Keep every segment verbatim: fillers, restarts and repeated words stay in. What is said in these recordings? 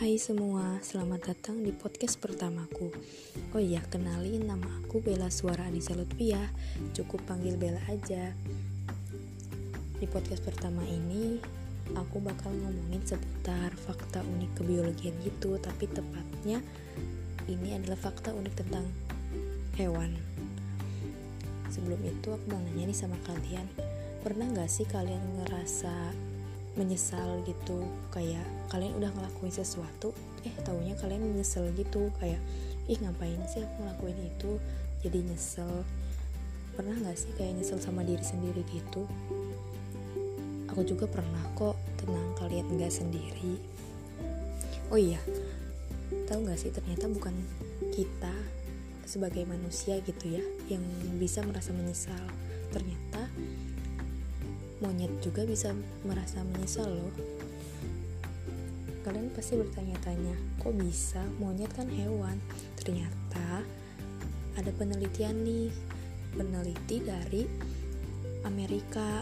Hai semua, selamat datang di podcast pertamaku. Oh iya, kenalin nama aku Bella Suara Adisa Lutfiah. Cukup panggil Bella aja. Di podcast pertama ini, aku bakal ngomongin seputar fakta unik kebiologian gitu. Tapi tepatnya, ini adalah fakta unik tentang hewan. Sebelum itu, aku mau nanya nih sama kalian. Pernah gak sih kalian ngerasa menyesal gitu, kayak kalian udah ngelakuin sesuatu eh taunya kalian menyesal gitu, kayak ih ngapain sih aku ngelakuin itu, jadi nyesel. Pernah gak sih kayak nyesel sama diri sendiri gitu? Aku juga pernah kok, tenang, kalian gak sendiri. Oh iya, tahu gak sih ternyata bukan kita sebagai manusia gitu ya yang bisa merasa menyesal. Ternyata monyet juga bisa merasa menyesal loh. Kalian pasti bertanya-tanya, kok bisa? Monyet kan hewan. Ternyata ada penelitian nih, peneliti dari Amerika,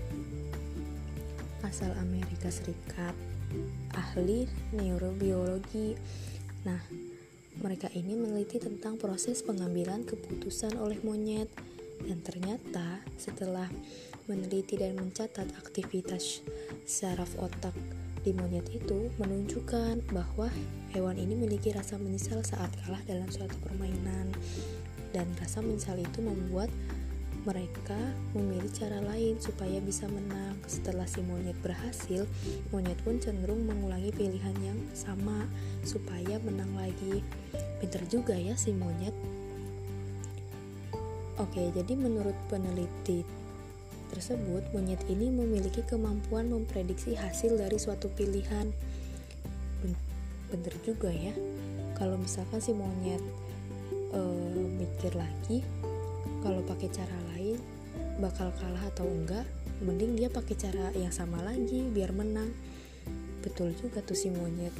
asal Amerika Serikat, ahli neurobiologi. Nah, mereka ini meneliti tentang proses pengambilan keputusan oleh monyet. Dan ternyata setelah meneliti dan mencatat aktivitas saraf otak di monyet itu menunjukkan bahwa hewan ini memiliki rasa menyesal saat kalah dalam suatu permainan. Dan rasa menyesal itu membuat mereka memilih cara lain supaya bisa menang. Setelah si monyet berhasil, monyet pun cenderung mengulangi pilihan yang sama supaya menang lagi. Pinter juga ya si monyet. Oke, jadi menurut peneliti tersebut, monyet ini memiliki kemampuan memprediksi hasil dari suatu pilihan. Bener juga ya, kalau misalkan si monyet e, mikir lagi, kalau pakai cara lain bakal kalah atau enggak, mending dia pakai cara yang sama lagi biar menang. Betul juga tuh si monyet.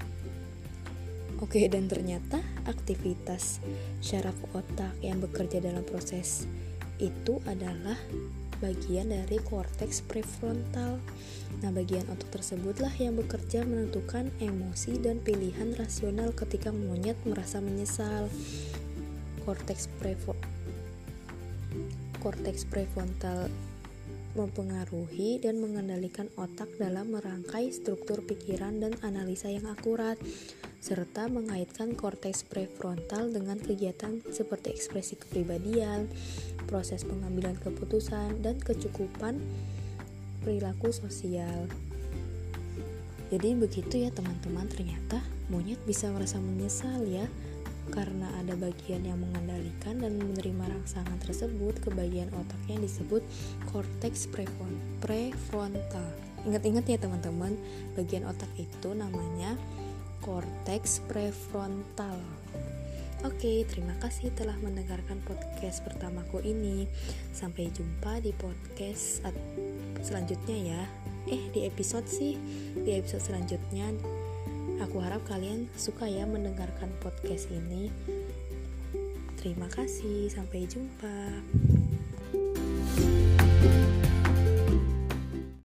Oke, dan ternyata aktivitas syaraf otak yang bekerja dalam proses itu adalah bagian dari korteks prefrontal. Nah, bagian otak tersebutlah yang bekerja menentukan emosi dan pilihan rasional ketika monyet merasa menyesal. Korteks prefo- korteks prefrontal mempengaruhi dan mengendalikan otak dalam merangkai struktur pikiran dan analisa yang akurat, serta mengaitkan korteks prefrontal dengan kegiatan seperti ekspresi kepribadian, proses pengambilan keputusan, dan kecukupan perilaku sosial. Jadi begitu ya teman-teman, ternyata monyet bisa merasa menyesal ya, karena ada bagian yang mengendalikan dan menerima rangsangan tersebut ke bagian otak yang disebut korteks prefrontal. Ingat-ingat ya teman-teman, bagian otak itu namanya korteks prefrontal. Oke, terima kasih telah mendengarkan podcast pertamaku ini. Sampai jumpa di podcast selanjutnya ya. Eh, di episode sih, di episode selanjutnya. Aku harap kalian suka ya mendengarkan podcast ini. Terima kasih, sampai jumpa.